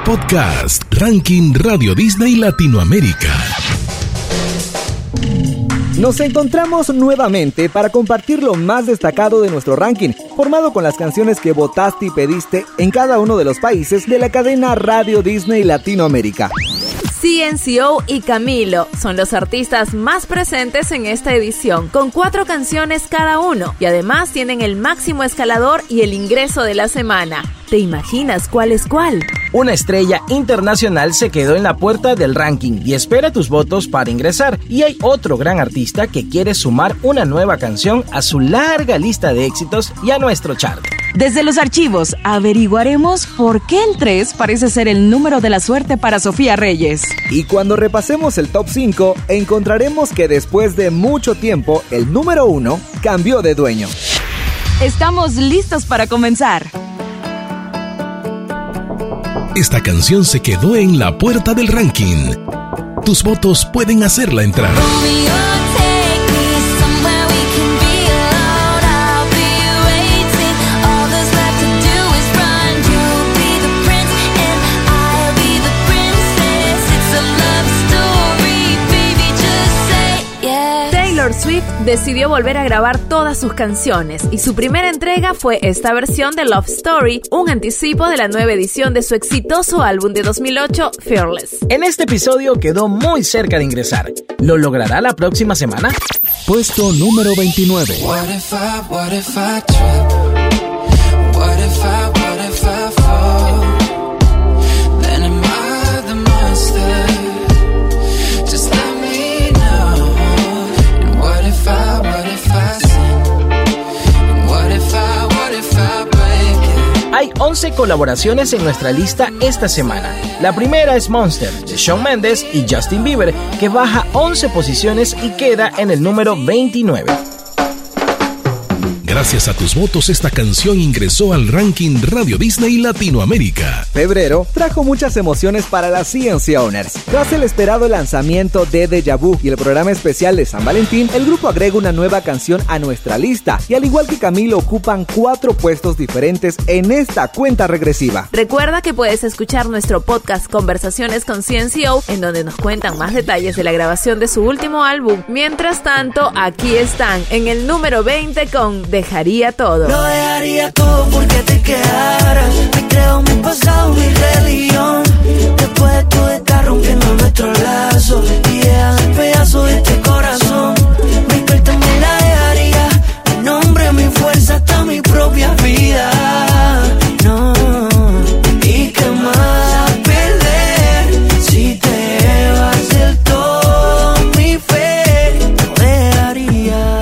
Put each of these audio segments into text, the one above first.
Podcast Ranking Radio Disney Latinoamérica. Nos encontramos nuevamente para compartir lo más destacado de nuestro ranking, formado con las canciones que votaste y pediste en cada uno de los países de la cadena Radio Disney Latinoamérica. CNCO y Camilo son los artistas más presentes en esta edición, con 4 canciones cada uno, y además tienen el máximo escalador y el ingreso de la semana. ¿Te imaginas cuál es cuál? Una estrella internacional se quedó en la puerta del ranking y espera tus votos para ingresar. Y hay otro gran artista que quiere sumar una nueva canción a su larga lista de éxitos y a nuestro chart. Desde los archivos averiguaremos por qué el 3 parece ser el número de la suerte para Sofía Reyes. Y cuando repasemos el top 5, encontraremos que después de mucho tiempo, el número 1 cambió de dueño. Estamos listos para comenzar. Esta canción se quedó en la puerta del ranking. Tus votos pueden hacerla entrar. Taylor Swift decidió volver a grabar todas sus canciones y su primera entrega fue esta versión de Love Story, un anticipo de la nueva edición de su exitoso álbum de 2008, Fearless. En este episodio quedó muy cerca de ingresar. ¿Lo logrará la próxima semana? Puesto número 29. Hay 11 colaboraciones en nuestra lista esta semana. La primera es Monster, de Shawn Mendes y Justin Bieber, que baja 11 posiciones y queda en el número 29. Gracias a tus votos, esta canción ingresó al ranking Radio Disney Latinoamérica. Febrero trajo muchas emociones para las CNC Owners. Tras el esperado lanzamiento de Deja Vu y el programa especial de San Valentín, el grupo agrega una nueva canción a nuestra lista y al igual que Camilo ocupan 4 puestos diferentes en esta cuenta regresiva. Recuerda que puedes escuchar nuestro podcast Conversaciones con CNCO, en donde nos cuentan más detalles de la grabación de su último álbum. Mientras tanto, aquí están en el número 20 con Dejaría Todo. Lo dejaría todo porque te quedaras. Me creo mi pasado, mi religión. Después de todo está rompiendo nuestro lazo y deja el pedazo de este corazón. Mi parte me la dejaría. Mi nombre, mi fuerza, hasta mi propia vida. No, y qué más perder si te vas del todo. Mi fe lo dejaría.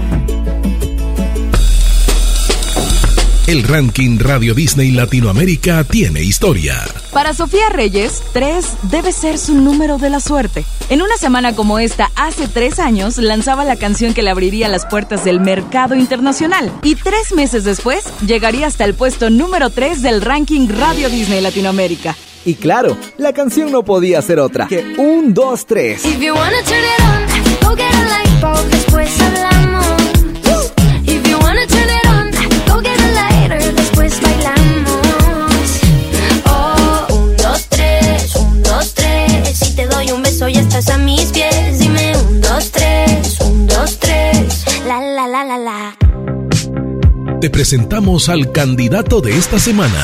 El ranking Radio Disney Latinoamérica tiene historia. Para Sofía Reyes, 3 debe ser su número de la suerte. En una semana como esta, hace 3 años, lanzaba la canción que le abriría las puertas del mercado internacional. Y 3 meses después, llegaría hasta el puesto número 3 del ranking Radio Disney Latinoamérica. Y claro, la canción no podía ser otra que 1, 2, 3. If you wanna turn it on, go get a light bulb, después hablamos. If you wanna turn it on, go get a lighter, después bailamos. Oh, 1, 2, 3, 1, 2, 3. Si te doy un beso ya estás a mis pies. Dime 1, 2, 3, 1, 2, 3. La la la la la. Te presentamos al candidato de esta semana.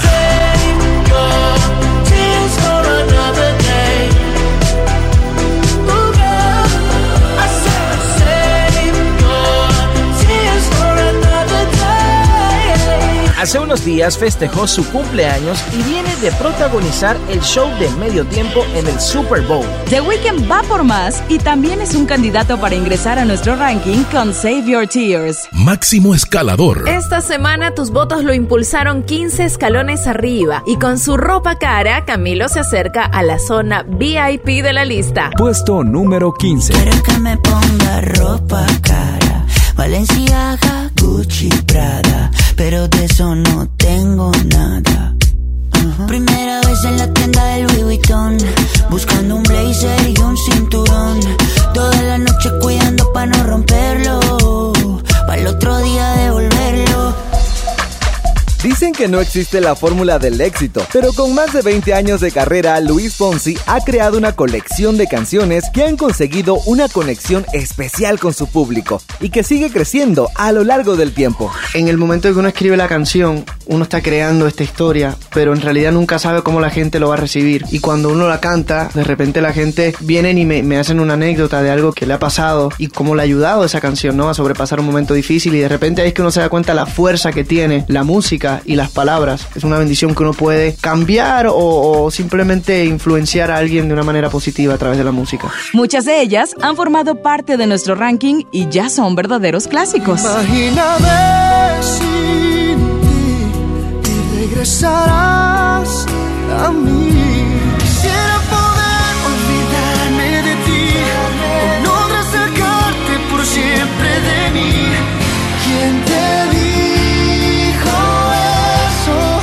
Hace unos días festejó su cumpleaños y viene de protagonizar el show de medio tiempo en el Super Bowl. The Weeknd va por más y también es un candidato para ingresar a nuestro ranking con Save Your Tears. Máximo escalador. Esta semana tus votos lo impulsaron 15 escalones arriba y con su ropa cara, Camilo se acerca a la zona VIP de la lista. Puesto número 15. Quiero que me ponga ropa cara, Balenciaga, Gucci, Prada, pero de eso no tengo nada. Primera vez en la tienda del Louis Vuitton, buscando un blazer y un cinturón. Toda la noche cuidando pa' no romperlo, para el otro día devolverlo. Dicen que no existe la fórmula del éxito, pero con más de 20 años de carrera, Luis Fonsi ha creado una colección de canciones que han conseguido una conexión especial con su público y que sigue creciendo a lo largo del tiempo. En el momento en que uno escribe la canción, uno está creando esta historia, pero en realidad nunca sabe cómo la gente lo va a recibir. Y cuando uno la canta, de repente la gente viene y me hacen una anécdota de algo que le ha pasado y cómo le ha ayudado esa canción, ¿no?, a sobrepasar un momento difícil, y de repente ahí es que uno se da cuenta la fuerza que tiene la música y las palabras. Es una bendición que uno puede cambiar o simplemente influenciar a alguien de una manera positiva a través de la música. Muchas de ellas han formado parte de nuestro ranking y ya son verdaderos clásicos. Imagíname sin ti y regresarás a mí. Quisiera poder olvidarme de ti, no resacarte por siempre de mí. ¿Quién te dijo eso?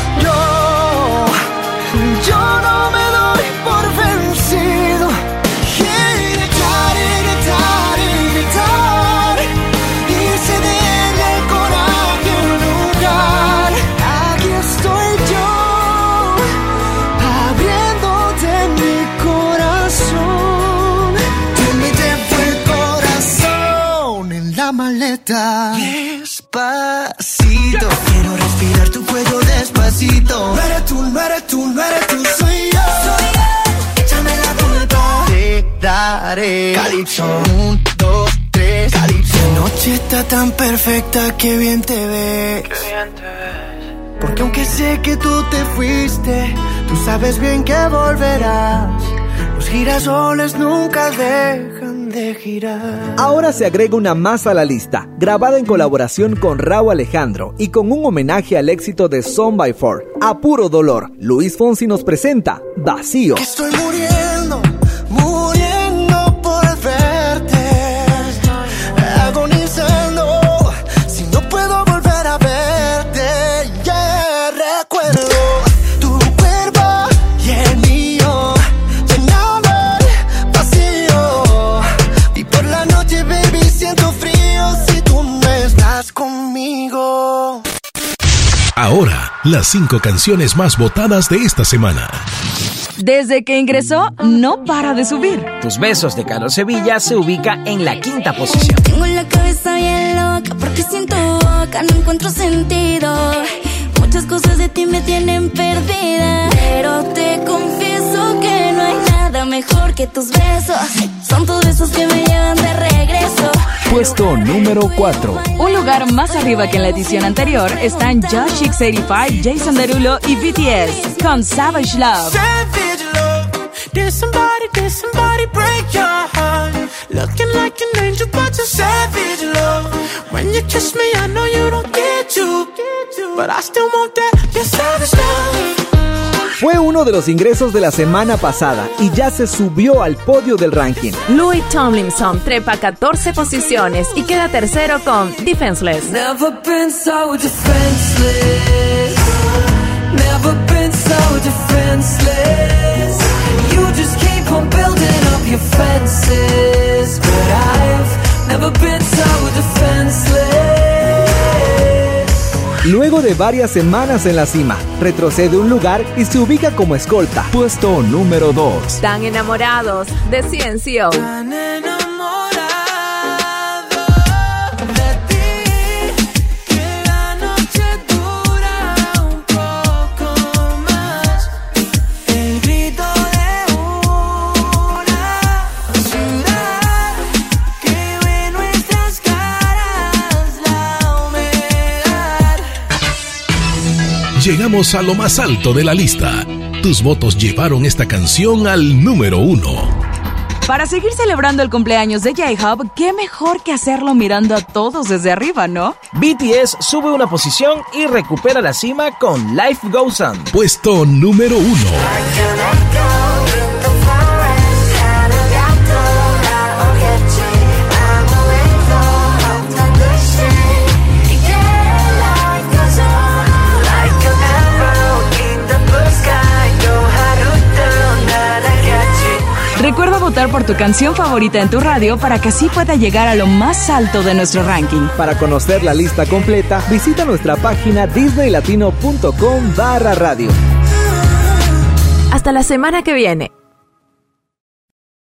Yo no me doy por vencido. Gritar y cederle el coraje a un lugar. Aquí estoy yo, abriéndote mi corazón. Tú me llevo el corazón en la maleta. Despacito, quiero respirar tu cuello despacito. No eres tú, no eres tú, no eres tú, soy yo. Échame la culpa. Te daré calipso. 1, 2, 3, calipso. La noche está tan perfecta, que bien te ves. Qué bien te ves. Porque aunque sé que tú te fuiste, tú sabes bien que volverás. Los girasoles nunca dejan de girar. Ahora se agrega una más a la lista, grabada en colaboración con Rauw Alejandro y con un homenaje al éxito de Son by Four. A puro dolor, Luis Fonsi nos presenta Vacío. Que estoy muriendo, muriendo por verte, agonizando, si no puedo volver a verte. Yeah, recuerdo tu cuerpo y el mío, llenando el vacío. Y por la noche, baby, siento frío si tú no estás conmigo. Ahora, las 5 canciones más votadas de esta semana. Desde que ingresó, no para de subir. Tus besos de Carlos Sevilla se ubica en la 5ª posición. Tengo la cabeza bien loca porque siento boca, no encuentro sentido. Muchas cosas de ti me tienen perdida, pero te confieso que no hay nada mejor que tus besos. Son tus besos que me llevan de regreso. Puesto número 4. Un lugar más arriba que en la edición anterior están Josh X85, Jason Derulo y BTS con Savage Love. Savage love, did somebody break your heart? Looking like an angel, but you're savage love. When you kiss me, I know you don't get you, but I still want that, your savage love. Fue uno de los ingresos de la semana pasada y ya se subió al podio del ranking. Louis Tomlinson trepa 14 posiciones y queda tercero con Defenseless. Never been so defenseless. Never been so defenseless. You just keep on building up your fences, but I've never been so defenseless. Luego de varias semanas en la cima, retrocede un lugar y se ubica como escolta. Puesto número 2. Tan enamorados de CNCO. Tan enamorado de ti, que la noche dura un poco más. El grito de una ciudad que ve nuestras caras, la humedad. Llegamos a lo más alto de la lista. Tus votos llevaron esta canción al número 1. Para seguir celebrando el cumpleaños de J-Hope, qué mejor que hacerlo mirando a todos desde arriba, ¿no? BTS sube una posición y recupera la cima con Life Goes On. Puesto número 1. Recuerda votar por tu canción favorita en tu radio para que así pueda llegar a lo más alto de nuestro ranking. Para conocer la lista completa, visita nuestra página disneylatino.com/radio. Hasta la semana que viene.